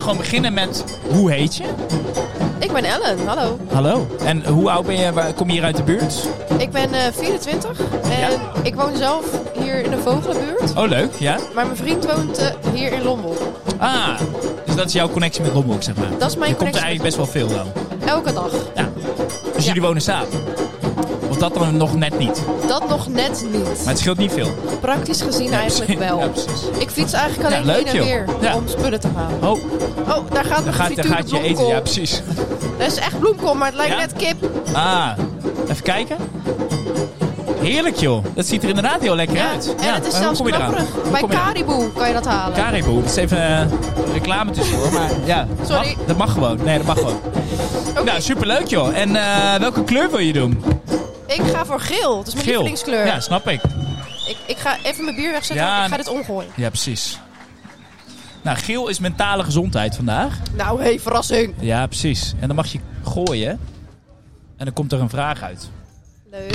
Gewoon beginnen met, hoe heet je? Ik ben Ellen, hallo. Hallo. En hoe oud ben je? Kom je hier uit de buurt? Ik ben 24 en ik woon zelf hier in de Vogelenbuurt. Oh, leuk, ja. Maar mijn vriend woont hier in Lombok. Ah, dus dat is jouw connectie met Lombok, zeg maar. Dat is mijn je connectie. komt er eigenlijk best wel veel dan. Elke dag. Ja. Dus jullie wonen samen? Of dat dan nog net niet? Dat nog net niet. Maar het scheelt niet veel. Praktisch gezien eigenlijk wel. Ja, precies. Ik fiets eigenlijk alleen heen en weer om spullen te halen. Oh, daar gaat dan gaat je eten. Ja, precies. Dat is echt bloemkool, maar het lijkt net kip. Ah, even kijken. Heerlijk joh. Dat ziet er inderdaad heel lekker uit. En het is zelfs knapperig. Bij Caribou kan je dat halen. Caribou, dat is even reclame tussendoor. Maar ja, sorry. Dat mag gewoon. Nee, dat mag gewoon. Okay. Nou, superleuk joh. En welke kleur wil je doen? Ik ga voor geel. Dat is mijn lievelingskleur. Ja, snap ik. Ik ga even mijn bier wegzetten. Ik ga dit omgooien. Ja, precies. Nou, geel is mentale gezondheid vandaag. Nou, verrassing. Ja, precies. En dan mag je gooien. En dan komt er een vraag uit. Leuk.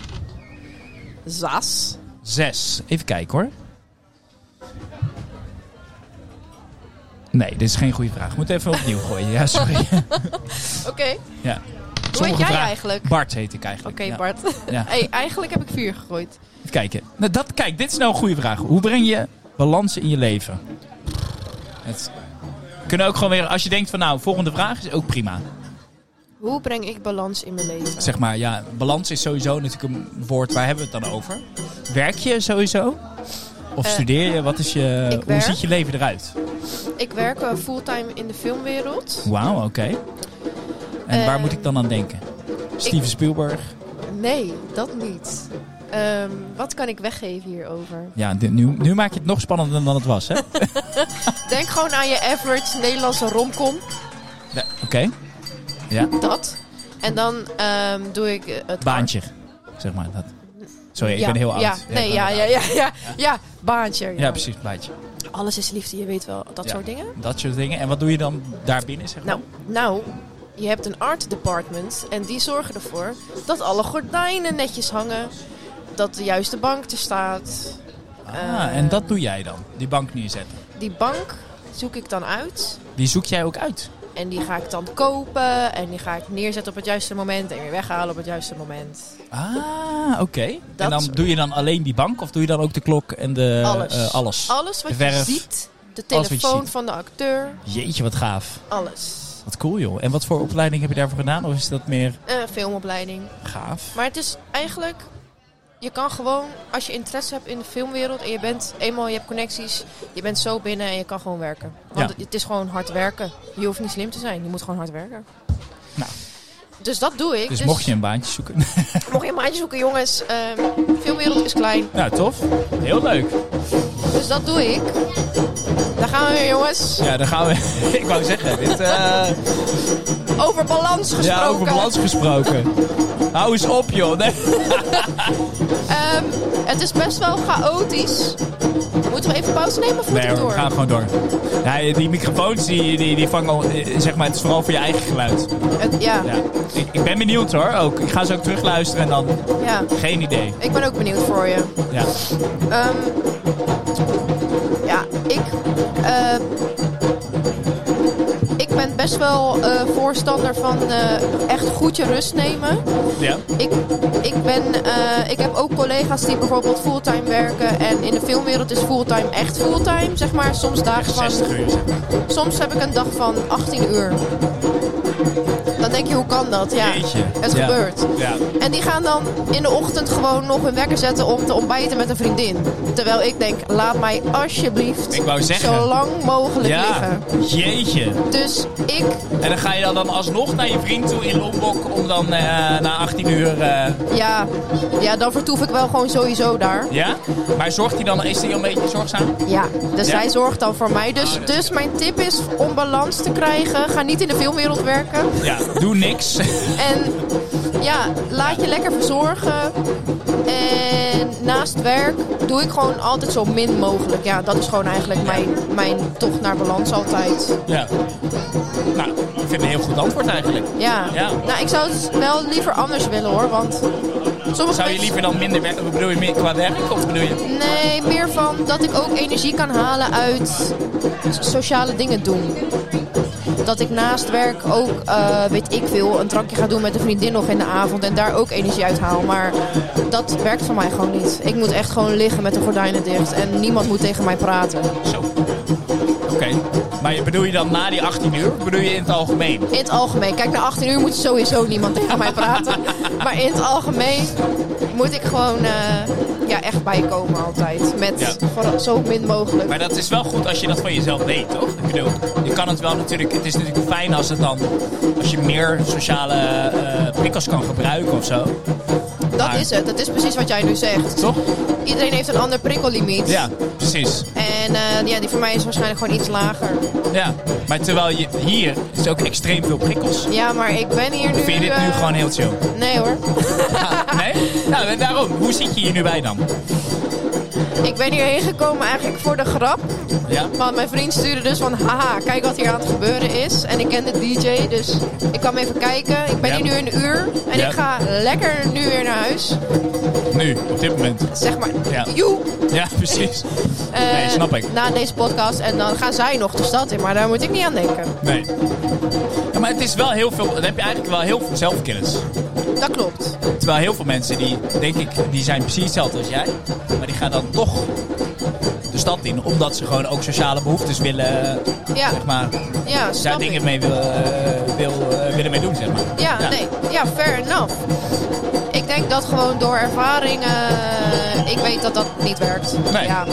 6. Even kijken hoor. Nee, dit is geen goede vraag. Ik moet even opnieuw gooien. Ja, sorry. Oké. Ja. Hoe heet jij eigenlijk? Bart heet ik eigenlijk. Oké, Bart. Ja. Hey, eigenlijk heb ik 4 gegooid. Even kijken. Nou, kijk, dit is nou een goede vraag. Hoe breng je balans in je leven? Kunnen ook gewoon weer, als je denkt van nou, volgende vraag is ook prima. Hoe breng ik balans in mijn leven? Zeg maar, ja, balans is sowieso natuurlijk een woord. Waar hebben we het dan over? Werk je sowieso? Of studeer je? Hoe ziet je leven eruit? Ik werk fulltime in de filmwereld. Wauw, oké. En waar moet ik dan aan denken? Steven Spielberg? Nee, dat niet. Wat kan ik weggeven hierover? Ja, nu maak je het nog spannender dan het was, hè? Denk gewoon aan je average Nederlandse romcom. Ja, oké. Ja. Dat. En dan doe ik het baantje, zeg maar. Dat. Sorry, ik ben heel oud. Ja, baantje. Ja, precies, baantje. Alles is liefde, je weet wel, dat soort dingen. Dat soort dingen. En wat doe je dan daarbinnen, zeg maar? Nou, je hebt een art department en die zorgen ervoor dat alle gordijnen netjes hangen. Dat de juiste bank er staat. En dat doe jij dan? Die bank neerzetten? Die bank zoek ik dan uit. Die zoek jij ook uit? En die ga ik dan kopen. En die ga ik neerzetten op het juiste moment. En weer weghalen op het juiste moment. Ah, oké. En dan doe je dan alleen die bank? Of doe je dan ook de klok en de alles? Alles wat je ziet. De telefoon van de acteur. Jeetje, wat gaaf. Alles. Wat cool joh. En wat voor opleiding heb je daarvoor gedaan? Of is dat meer... filmopleiding. Gaaf. Maar het is eigenlijk... Je kan gewoon, als je interesse hebt in de filmwereld en je hebt connecties, je bent zo binnen en je kan gewoon werken. Want het is gewoon hard werken. Je hoeft niet slim te zijn, je moet gewoon hard werken. Nou. Dus dat doe ik. Dus mocht je een baantje zoeken. Mocht je een baantje zoeken, jongens. Filmwereld is klein. Ja, tof. Heel leuk. Dus dat doe ik. Daar gaan we weer, jongens. Ja, daar gaan we. Ik wou zeggen, over balans gesproken. Ja, over balans gesproken. Hou eens op, joh. Nee. Het is best wel chaotisch. Moeten we even pauze nemen of moet ik door? We gaan gewoon door. Ja, die microfoons die vangen al, zeg maar, het is vooral voor je eigen geluid. Ja. Ik ben benieuwd hoor, ook. Ik ga zo ook terugluisteren en dan... Ja. Geen idee. Ik ben ook benieuwd voor je. Ja. Ik ben best wel voorstander van echt goed je rust nemen. Ja. Ik heb ook collega's die bijvoorbeeld fulltime werken. En in de filmwereld is fulltime echt fulltime, zeg maar. Soms dagen van... 60 uur, zeg maar. Soms heb ik een dag van 18 uur. Dan denk je, hoe kan dat? Ja, het gebeurt. Ja. En die gaan dan in de ochtend gewoon nog hun wekker zetten om te ontbijten met een vriendin. Terwijl ik denk, laat mij alsjeblieft zo lang mogelijk liggen. Jeetje. Dus ik... En dan ga je dan alsnog naar je vriend toe in Lombok om dan na 18 uur... Ja, dan vertoef ik wel gewoon sowieso daar. Ja? Maar is hij een beetje zorgzaam? Ja, dus zij zorgt dan voor mij. Dus mijn tip is om balans te krijgen, ga niet in de filmwereld werken. Ja, doe niks. En ja, laat je lekker verzorgen. En naast werk doe ik gewoon altijd zo min mogelijk. Ja, dat is gewoon eigenlijk mijn tocht naar balans altijd. Ja. Nou, ik vind het een heel goed antwoord eigenlijk. Ja. Nou, ik zou het wel liever anders willen hoor, want... Zou je liever dan minder werken? Bedoel je meer qua werk? Of bedoel je... Nee, meer van dat ik ook energie kan halen uit sociale dingen doen. dat ik naast werk ook, weet ik veel, een drankje ga doen met een vriendin nog in de avond en daar ook energie uit haal. Maar dat werkt voor mij gewoon niet. Ik moet echt gewoon liggen met de gordijnen dicht en niemand moet tegen mij praten. Zo. Oké. Maar bedoel je dan na die 18 uur? Of bedoel je in het algemeen? In het algemeen. Kijk, na 18 uur moet sowieso niemand tegen mij praten. Maar in het algemeen moet ik gewoon echt bijkomen altijd. Met vooral zo min mogelijk. Maar dat is wel goed als je dat van jezelf weet, toch? Ik bedoel, je kan het wel natuurlijk... Het is natuurlijk fijn als je meer sociale prikkels kan gebruiken of zo. Dat is het. Dat is precies wat jij nu zegt. Toch? Iedereen heeft een ander prikkellimiet. Ja, precies. En die van mij is waarschijnlijk gewoon iets lager. Ja, maar terwijl hier is ook extreem veel prikkels. Ja, maar ik ben hier nu... Of vind je dit nu gewoon heel chill? Nee hoor. Nee? Nou, daarom. Hoe zit je hier nu bij dan? Ik ben hierheen gekomen eigenlijk voor de grap. Ja? Want mijn vriend stuurde dus van... Haha, kijk wat hier aan het gebeuren is. En ik ken de DJ, dus ik kwam even kijken. Ik ben hier nu een uur. En ik ga lekker nu weer naar huis. Nu, op dit moment? Zeg maar, ja. Joe. Ja, precies. Nee, snap ik. Na deze podcast. En dan gaan zij nog de stad in. Maar daar moet ik niet aan denken. Nee. Ja, maar het is wel heel veel... Dan heb je eigenlijk wel heel veel zelfkennis. Dat klopt. Terwijl heel veel mensen die, denk ik, die zijn precies hetzelfde als jij. Maar die gaan dan toch de stad in. Omdat ze gewoon ook sociale behoeftes willen, zeg maar, daar dingen mee willen mee doen, zeg maar. Ja, fair enough. Ik denk dat gewoon door ervaring, ik weet dat dat niet werkt. Nee. Ja.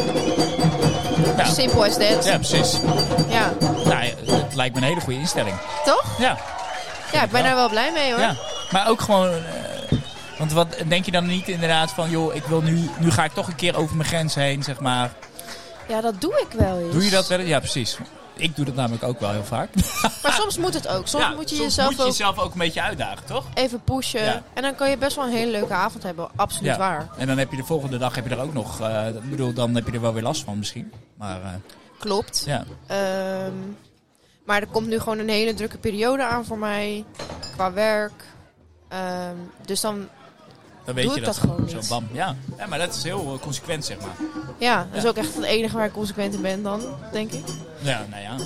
Simpel as that. Ja, precies. Ja. Nou, het lijkt me een hele goede instelling. Toch? Ja. Ja, ik ben er wel blij mee hoor. Ja. Maar ook gewoon... want wat denk je dan niet inderdaad van... joh, ik wil nu ga ik toch een keer over mijn grens heen, zeg maar. Ja, dat doe ik wel eens. Doe je dat wel? Ja, precies. Ik doe dat namelijk ook wel heel vaak. Maar soms moet het ook. Soms moet je jezelf ook een beetje uitdagen, toch? Even pushen. Ja. En dan kan je best wel een hele leuke avond hebben. Absoluut waar. En dan heb je de volgende dag er ook nog... ik bedoel, dan heb je er wel weer last van misschien. Maar, klopt. Ja. Maar er komt nu gewoon een hele drukke periode aan voor mij. Qua werk. Dus dan weet doe je ik dat gewoon zo niet. Bam. Ja, maar dat is heel consequent, zeg maar. Ja, dat is ook echt het enige waar ik consequent in ben dan, denk ik. Ja, nou ja.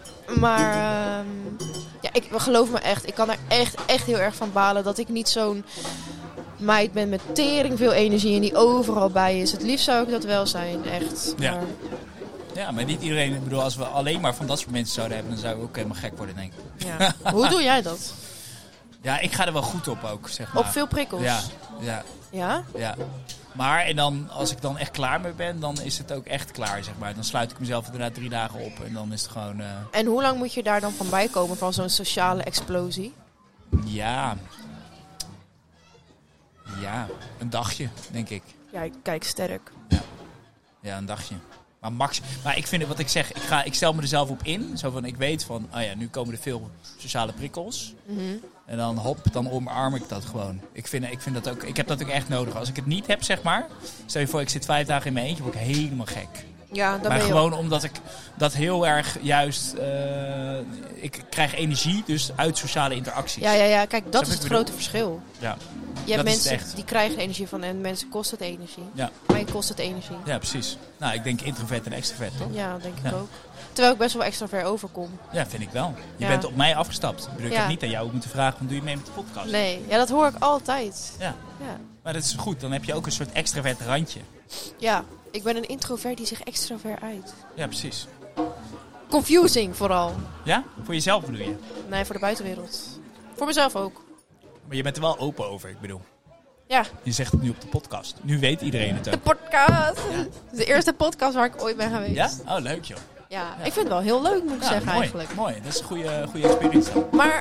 Maar ik geloof me echt. Ik kan er echt heel erg van balen dat ik niet zo'n meid ben met tering veel energie en die overal bij is. Het liefst zou ik dat wel zijn, echt. Ja. Maar... Ja, maar niet iedereen. Ik bedoel, als we alleen maar van dat soort mensen zouden hebben, dan zouden we ook helemaal gek worden, denk ik. Ja. Hoe doe jij dat? Ja, ik ga er wel goed op ook, zeg maar. Op veel prikkels? Ja. Ja? Maar en dan, als ik dan echt klaar mee ben, dan is het ook echt klaar, zeg maar. Dan sluit ik mezelf inderdaad 3 dagen op en dan is het gewoon... En hoe lang moet je daar dan van bijkomen, van zo'n sociale explosie? Ja, een dagje, denk ik. Ja, kijk, sterk. Ja, een dagje. Maar ik vind het wat ik zeg, ik stel me er zelf op in. Zo van, ik weet van, nu komen er veel sociale prikkels. Mm-hmm. En dan dan omarm ik dat gewoon. Ik vind dat ook, ik heb dat ook echt nodig. Als ik het niet heb, zeg maar. Stel je voor, ik zit 5 dagen in mijn eentje, word ik helemaal gek. Ja, maar gewoon omdat ik dat heel erg juist... ik krijg energie dus uit sociale interacties. Ja. Kijk, dat is het grote verschil. Ja. Je hebt mensen die krijgen energie van en mensen kost het energie. Ja. Mij kost het energie. Ja, precies. Nou, ik denk introvert en extrovert, toch? Ja, denk ik ook. Terwijl ik best wel extrovert overkom. Ja, vind ik wel. Je bent op mij afgestapt. Ik bedoel, ik heb niet aan jou moeten vragen, van, doe je mee met de podcast? Nee, dat hoor ik altijd. Ja. Maar dat is goed. Dan heb je ook een soort extrovert randje. Ja, ik ben een introvert die zich extrovert uit. Ja, precies. Confusing vooral. Ja? Voor jezelf bedoel je? Nee, voor de buitenwereld. Voor mezelf ook. Maar je bent er wel open over, ik bedoel. Ja. Je zegt het nu op de podcast. Nu weet iedereen het ook. De podcast. Ja. De eerste podcast waar ik ooit ben geweest. Ja? Oh, leuk joh. Ja, ik vind het wel heel leuk, moet ik zeggen mooi, eigenlijk. Mooi, dat is een goede experience dan. Maar,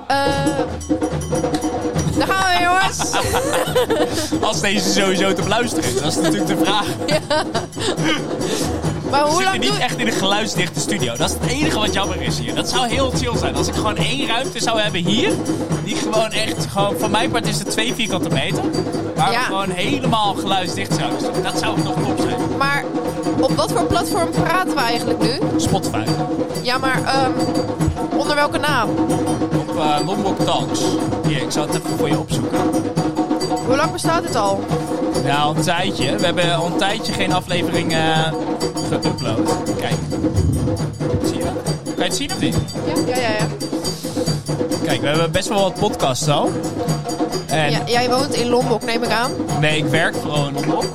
daar gaan we jongens. Als deze sowieso te beluisteren is, dat is natuurlijk de vraag. Ja. Maar hoe we lang zitten niet echt in een geluidsdichte studio. Dat is het enige wat jammer is hier. Dat zou heel chill zijn. Als ik gewoon 1 ruimte zou hebben hier. Die gewoon echt, van mijn part is het 2 vierkante meter. Waar we gewoon helemaal geluidsdicht zouden zijn. Dat zou toch top zijn. Maar op wat voor platform praten we eigenlijk nu? Spotify. Ja, maar onder welke naam? Op Lombok Talks. Hier, ik zal het even voor je opzoeken. Hoe lang bestaat het al? Nou, een tijdje. We hebben al een tijdje geen aflevering geüpload. Kijk. Zie je dat? Kan je het zien of niet? Ja. Kijk, we hebben best wel wat podcasts al. En... Ja, jij woont in Lombok, neem ik aan. Nee, ik werk vooral in Lombok.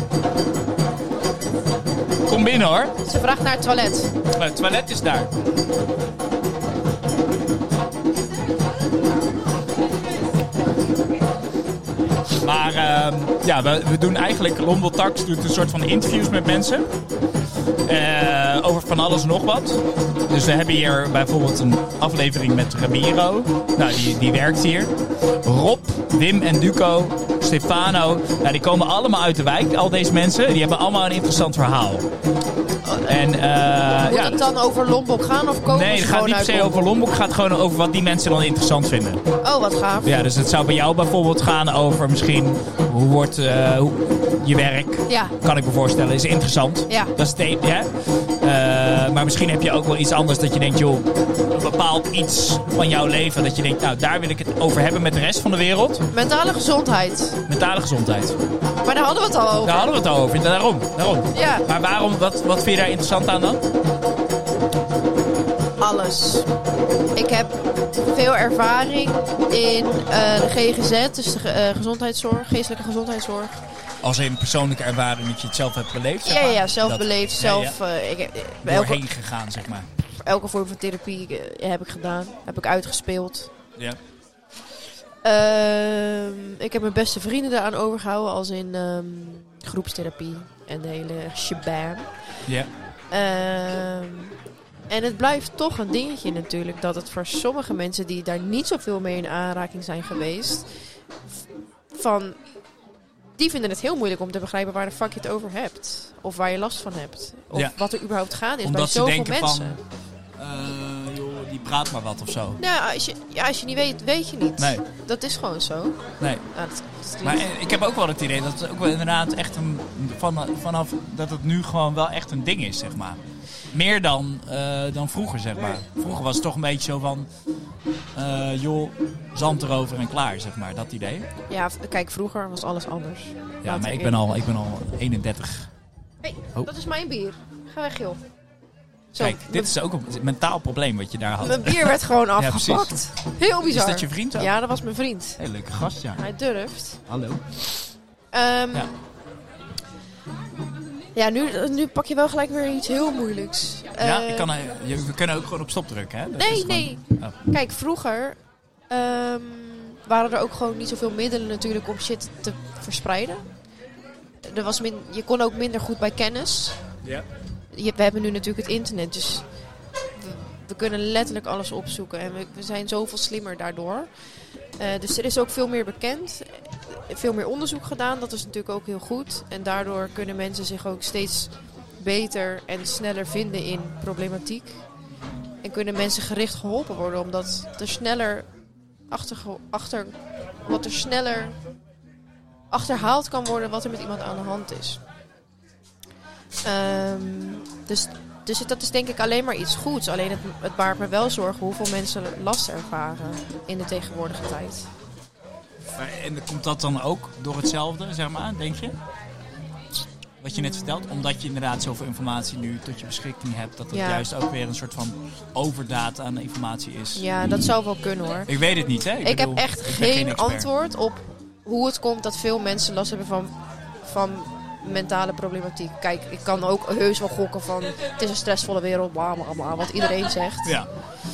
Kom binnen hoor. Ze vraagt naar het toilet. Het toilet is daar. Maar we doen eigenlijk... Lombok Tax doet een soort van interviews met mensen. Over van alles nog wat. Dus we hebben hier bijvoorbeeld een aflevering met Ramiro. Nou, die werkt hier. Rob, Wim en Duco, Stefano. Nou, die komen allemaal uit de wijk, al deze mensen. Die hebben allemaal een interessant verhaal. En, Moet het dan over Lombok gaan of komen nee, het gaat niet per se over Lombok. Het gaat gewoon over wat die mensen dan interessant vinden. Oh, wat gaaf. Ja, dus het zou bij jou bijvoorbeeld gaan over misschien... Hoe wordt je werk, kan ik me voorstellen, is interessant. Ja. Dat is het ja. Maar misschien heb je ook wel iets anders dat je denkt, joh, een bepaald iets van jouw leven. Dat je denkt, nou, daar wil ik het over hebben met de rest van de wereld. Mentale gezondheid. Mentale gezondheid. Maar daar hadden we het al over. Daar hadden we het al over, daarom. Ja. Maar waarom, wat vind je daar interessant aan dan? Alles. Ik heb veel ervaring in de GGZ, dus de gezondheidszorg, geestelijke gezondheidszorg. Als in persoonlijke ervaring dat je het zelf hebt beleefd? Zeg maar. Ja, zelf beleefd. Zelf, doorheen gegaan, zeg maar. Elke vorm van therapie heb ik gedaan. Heb ik uitgespeeld. Ja. Ik heb mijn beste vrienden daaraan overgehouden, als in groepstherapie en de hele shebang. Ja. En het blijft toch een dingetje natuurlijk, dat het voor sommige mensen die daar niet zoveel mee in aanraking zijn geweest, die vinden het heel moeilijk om te begrijpen waar de fuck je het over hebt. Of waar je last van hebt. Of wat er überhaupt gaande is. Omdat bij zoveel ze denken mensen. Joh, die praat maar wat of zo. Nou, als je niet weet, weet je niet. Nee. Dat is gewoon zo. Nee. Nou, dat is maar ik heb ook wel het idee dat het ook wel inderdaad echt vanaf dat het nu gewoon wel echt een ding is, zeg maar. Meer dan vroeger, zeg maar. Vroeger was het toch een beetje zo van... joh, zand erover en klaar, zeg maar. Dat idee. Ja, kijk, vroeger was alles anders. Ja, maar ik ben al 31. Hey, dat is mijn bier. Ga weg, joh. Zo, kijk, dit is ook een mentaal probleem wat je daar had. Mijn bier werd gewoon afgepakt. Heel bizar. Is dat je vriend ook? Ja, dat was mijn vriend. Heel leuke gast, ja. Hij durft. Hallo. Ja, nu pak je wel gelijk weer iets heel moeilijks. We kunnen ook gewoon op stop drukken, hè? Nee. Oh. Kijk, vroeger waren er ook gewoon niet zoveel middelen natuurlijk om shit te verspreiden. Je kon ook minder goed bij kennis. Ja. We hebben nu natuurlijk het internet, dus we kunnen letterlijk alles opzoeken. En we zijn zoveel slimmer daardoor. Dus er is ook veel meer bekend. Veel meer onderzoek gedaan. Dat is natuurlijk ook heel goed. En daardoor kunnen mensen zich ook steeds beter en sneller vinden in problematiek. En kunnen mensen gericht geholpen worden. Omdat er sneller achterhaald kan worden wat er met iemand aan de hand is. Dus dat is denk ik alleen maar iets goeds. Alleen het baart me wel zorgen hoeveel mensen last ervaren in de tegenwoordige tijd. En komt dat dan ook door hetzelfde, zeg maar, denk je? Wat je net vertelt, omdat je inderdaad zoveel informatie nu tot je beschikking hebt, dat het juist ook weer een soort van overdaad aan informatie is. Ja, dat zou wel kunnen hoor. Ik weet het niet, hè? Ik heb echt geen antwoord op hoe het komt dat veel mensen last hebben van mentale problematiek. Kijk, ik kan ook heus wel gokken van het is een stressvolle wereld, wat iedereen zegt. Ja.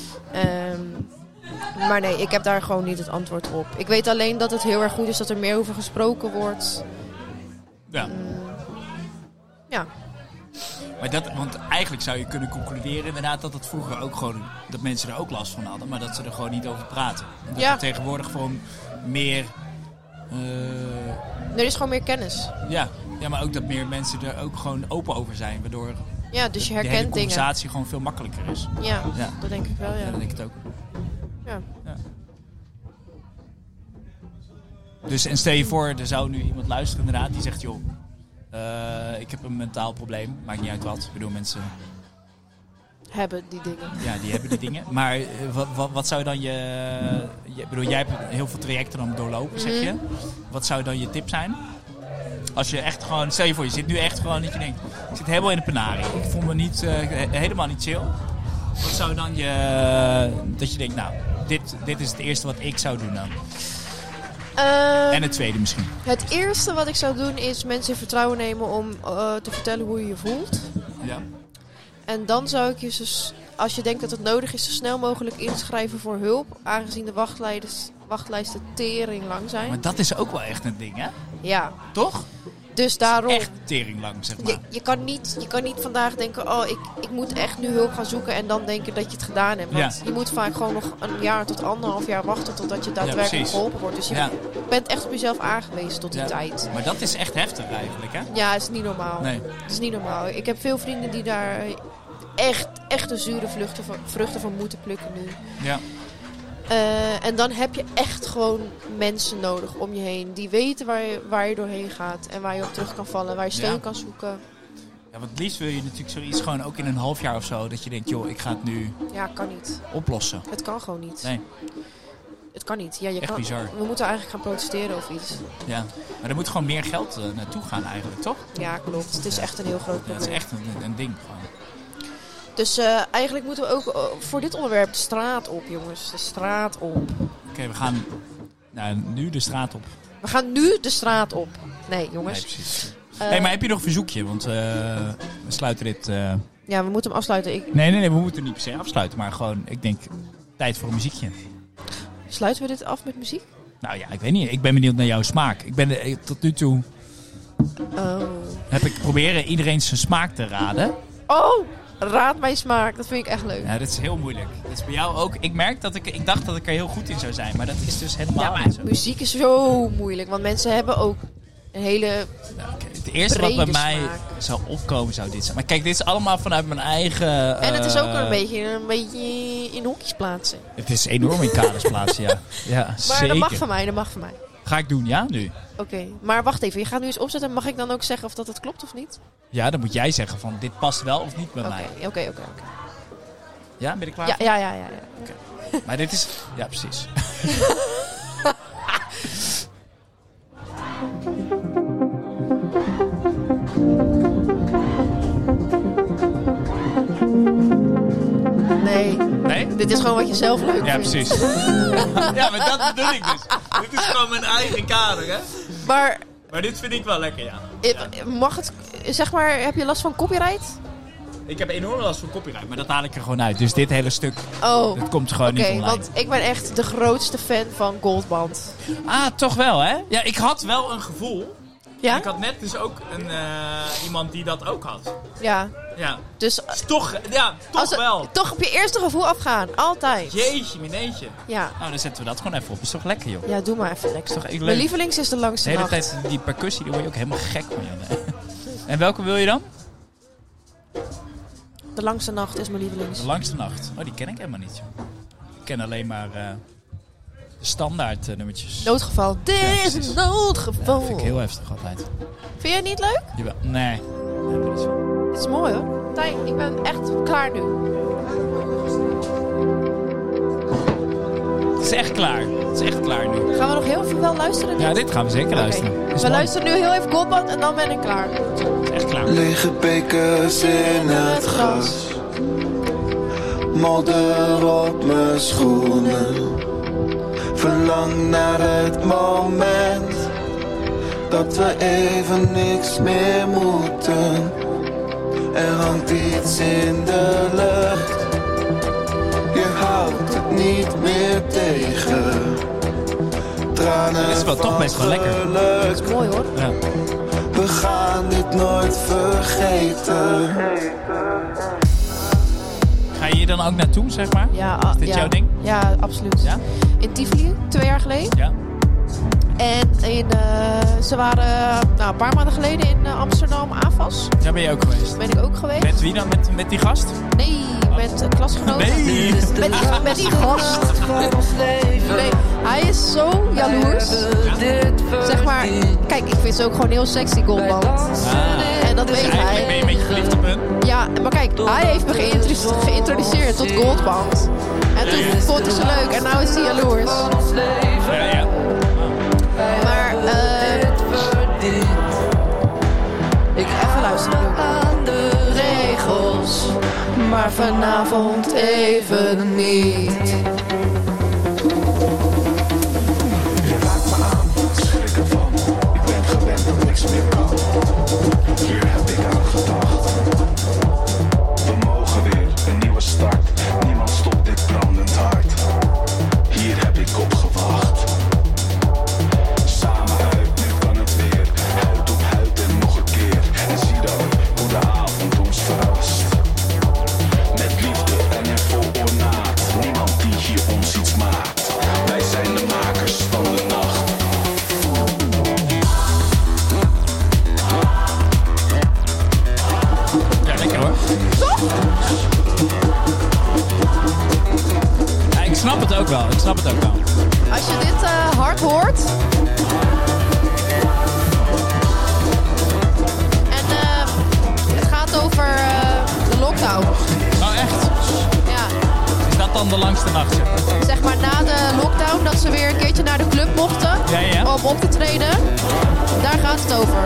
Maar nee, ik heb daar gewoon niet het antwoord op. Ik weet alleen dat het heel erg goed is dat er meer over gesproken wordt. Ja. Ja. Maar want eigenlijk zou je kunnen concluderen inderdaad dat het vroeger ook gewoon, dat mensen er ook last van hadden, maar dat ze er gewoon niet over praten. En dat er tegenwoordig gewoon meer... er is gewoon meer kennis. Ja, maar ook dat meer mensen er ook gewoon open over zijn, waardoor dus je herkent de hele dingen. conversatie gewoon veel makkelijker is. Ja, dat denk ik wel, ja. Ja, dat denk ik het ook. Ja. Dus en stel je voor, er zou nu iemand luisteren inderdaad, die zegt, joh, ik heb een mentaal probleem, maakt niet uit wat. Ik bedoel, mensen... hebben die dingen. Ja, die hebben die dingen. Maar wat zou dan ik bedoel, jij hebt heel veel trajecten dan doorlopen, zeg je. Wat zou dan je tip zijn? Als je echt gewoon, stel je voor, je zit nu echt gewoon dat je denkt, ik zit helemaal in de penarie. Ik voel me niet, helemaal niet chill. Wat zou dan dat je denkt, nou, dit is het eerste wat ik zou doen dan? En het tweede misschien. Het eerste wat ik zou doen is mensen in vertrouwen nemen om te vertellen hoe je je voelt. Ja. En dan zou ik je, als je denkt dat het nodig is, zo snel mogelijk inschrijven voor hulp. Aangezien de wachtlijsten tering lang zijn. Maar dat is ook wel echt een ding, hè? Ja. Toch? Dus daarom... Echt tering lang, zeg maar. Je kan niet vandaag denken, oh, ik moet echt nu hulp gaan zoeken en dan denken dat je het gedaan hebt. Want je moet vaak gewoon nog 1 jaar tot 1,5 jaar wachten totdat je daadwerkelijk geholpen wordt. Dus je bent echt op jezelf aangewezen tot die tijd. Maar dat is echt heftig eigenlijk, hè? Ja, het is niet normaal. Nee. Het is niet normaal. Ik heb veel vrienden die daar echt de zure vruchten van moeten plukken nu. Ja. En dan heb je echt gewoon mensen nodig om je heen. Die weten waar je doorheen gaat. En waar je op terug kan vallen. Waar je steun kan zoeken. Ja, want het liefst wil je natuurlijk zoiets gewoon ook in een half jaar of zo. Dat je denkt, joh, ik ga het nu kan niet. oplossen. Het kan gewoon niet. Nee. Het kan niet. Ja, echt bizar. We moeten eigenlijk gaan protesteren of iets. Ja, maar er moet gewoon meer geld naartoe gaan eigenlijk, toch? Ja, klopt. Het is echt een heel groot probleem. Het is echt een ding gewoon. Dus eigenlijk moeten we ook voor dit onderwerp de straat op, jongens. De straat op. Oké, we gaan nu de straat op. We gaan nu de straat op. Nee, jongens. Nee, precies. Maar heb je nog een verzoekje? Want we sluiten dit... Ja, we moeten hem afsluiten. Nee, we moeten niet per se afsluiten. Maar gewoon, ik denk, tijd voor een muziekje. Sluiten we dit af met muziek? Nou ja, ik weet niet. Ik ben benieuwd naar jouw smaak. Tot nu toe... heb ik proberen iedereen zijn smaak te raden. Oh! Raad mijn smaak, dat vind ik echt leuk. Ja, dat is heel moeilijk. Dat is bij jou ook. Ik merk dat ik dacht dat ik er heel goed in zou zijn, maar dat is dus helemaal niet zo. Muziek is zo moeilijk, want mensen hebben ook een hele het eerste wat bij mij smaak zou opkomen zou dit zijn. Maar kijk, dit is allemaal vanuit mijn eigen... En het is ook een beetje in hokjes plaatsen. Het is enorm in kaders plaatsen, ja. Ja, maar zeker. dat mag van mij, Ga ik doen, ja, nu? Oké, maar wacht even. Je gaat nu eens opzetten. Mag ik dan ook zeggen of dat het klopt of niet? Ja, dan moet jij zeggen van dit past wel of niet bij mij. Oké. Ja, ben je klaar? Ja. Okay. Maar dit is... Ja, precies. Nee? Dit is gewoon wat je zelf leuk vindt. Ja, precies. Ja, maar dat bedoel ik dus. Dit is gewoon mijn eigen kader, hè? Maar dit vind ik wel lekker, ja. Mag het... Zeg maar, heb je last van copyright? Ik heb enorm last van copyright, maar dat haal ik er gewoon uit. Dus dit hele stuk, dat komt gewoon niet online. Want ik ben echt de grootste fan van Goldband. Ah, toch wel, hè? Ja, ik had wel een gevoel. Ja? Ik had net dus ook iemand die dat ook had. Ja. Dus toch wel. Toch op je eerste gevoel afgaan. Altijd. Jeetje, mineetje. Ja. Nou, dan zetten we dat gewoon even op. Is toch lekker, joh? Ja, doe maar even lekker. Is toch echt leuk? Mijn lievelings is de langste nacht. De hele tijd die percussie, daar word je ook helemaal gek van. Ja. En welke wil je dan? De langste nacht is mijn lievelings. De langste nacht. Oh, die ken ik helemaal niet, joh. Ik ken alleen maar de standaard nummertjes. Noodgeval. Dit is een noodgeval. Dat vind ik heel heftig altijd. Vind jij het niet leuk? Jawel. Nee. Niet zo. Het is mooi, hoor. Tijn, ik ben echt klaar nu. Het is echt klaar. Het is echt klaar nu. Gaan we nog heel veel wel luisteren? Ja, dit gaan we zeker luisteren. We luisteren nu heel even Goldband en dan ben ik klaar. Het is echt klaar. Lege bekers in het gras. Modder op mijn schoenen. Verlang naar het moment dat we even niks meer moeten. Er hangt iets in de lucht. Je houdt het niet meer tegen. Tranen. Dit is wel toch best wel lekker. Dat is mooi, hoor. Ja. We gaan dit nooit vergeten. Ga je hier dan ook naartoe, zeg maar? Ja, is dit jouw ding? Ja, absoluut. Ja? In Tivoli, 2 jaar geleden. Ja. En ze waren een paar maanden geleden in Amsterdam, AFAS. Daar ben je ook geweest. Ben ik ook geweest. Met wie dan? Met die gast? Nee, met een klasgenoot. Nee. Met die gast. Nee, hij is zo jaloers. Ja. Zeg maar, kijk, ik vind ze ook gewoon heel sexy, Goldband. En dat weet Eigenlijk hij. ben je een beetje verliefd op hun. Ja, maar kijk, hij heeft me geïntroduceerd tot Goldband. En toen vond hij ze leuk en nu is hij jaloers. Ja. Maar, even luisteren. Aan de regels, maar vanavond even niet. Je raakt me aan, ik schrik ervan. Ik ben gewend dat niks meer kan. Hier heb ik aan gedacht. We mogen weer, een nieuwe start. Niemand stopt dit brandend hart. Hier heb ik op gewacht. Samen uit, nu kan het weer. Huid op huid en nog een keer. En zie dan hoe de avond ons verrast. Met liefde en in vol ornaat. Niemand die hier ons iets maakt. Wij zijn de makers van de nacht. Ja, lekker hoor. Ja, ik snap het ook wel. Als je dit hard hoort. En het gaat over de lockdown. Oh, echt? Ja. Is dat dan de langste nacht? Zeg maar na de lockdown dat ze weer een keertje naar de club mochten. Ja. Om op te treden. Daar gaat het over.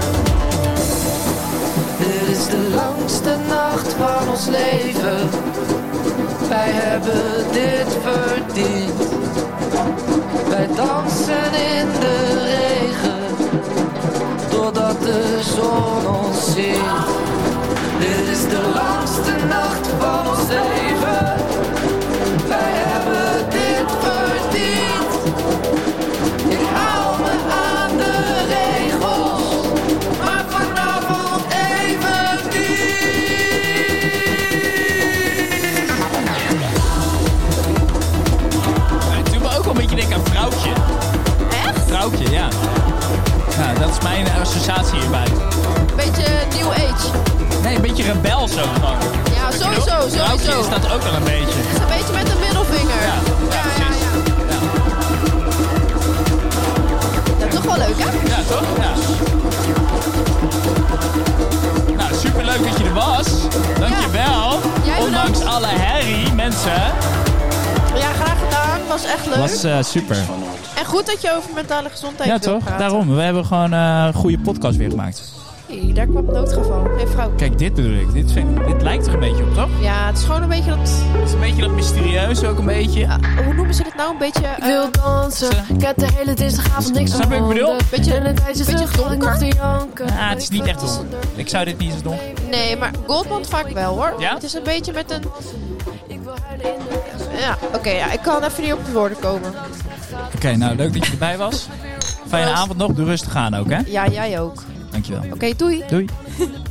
Dit is de langste nacht van ons leven. Wij hebben dit verdiend. Wij dansen in de regen, totdat de zon ons ziet. Dit is de langste nacht van ons leven. Wij hebben dit verdiend. Ik hou me aan de regels, maar vanavond even niet. Het doet me ook wel een beetje denken aan Vrouwtje. Echt? Vrouwtje, ja. Nou, dat is mijn associatie hierbij. Beetje new age. Nee, een beetje rebels ook gewoon. Ja, sowieso. Vrouwtje is dat ook wel een beetje. Het is een beetje met de middelvinger. Ja, precies. Ja. Dat is toch wel leuk, hè? Ja, toch? Ja. Nou, superleuk dat je er was. Dankjewel. Jij Ondanks bedankt. alle herrie, mensen. Ja, graag gedaan. Was echt leuk. Was super. En goed dat je over mentale gezondheid Ja, wil toch? praten. Daarom. We hebben gewoon een goede podcast weer gemaakt. Hey, daar kwam noodgeval. Hey, vrouw. Kijk, dit bedoel ik. Dit lijkt er een beetje op, toch? Ja, het is gewoon een beetje dat... Het is een beetje dat mysterieuze ook een beetje. Ja, hoe noemen ze dit nou? Een beetje... Ik wil dansen, ik heb de hele dinsdagavond niks Snap je wat ik bedoel? Beetje een tijdje beetje terug had ik nog te janken. Ah, het is niet echt donker. Ik zou dit niet eens donker. Nee, maar Goldmond vaak wel, hoor. Ja? Het is een beetje met een... Ja, oké, ja, ik kan even niet op de woorden komen. Oké, nou leuk dat je erbij was. Fijne avond nog. Doe rustig aan ook, hè? Ja, jij ook. Dankjewel. Oké, doei. Doei.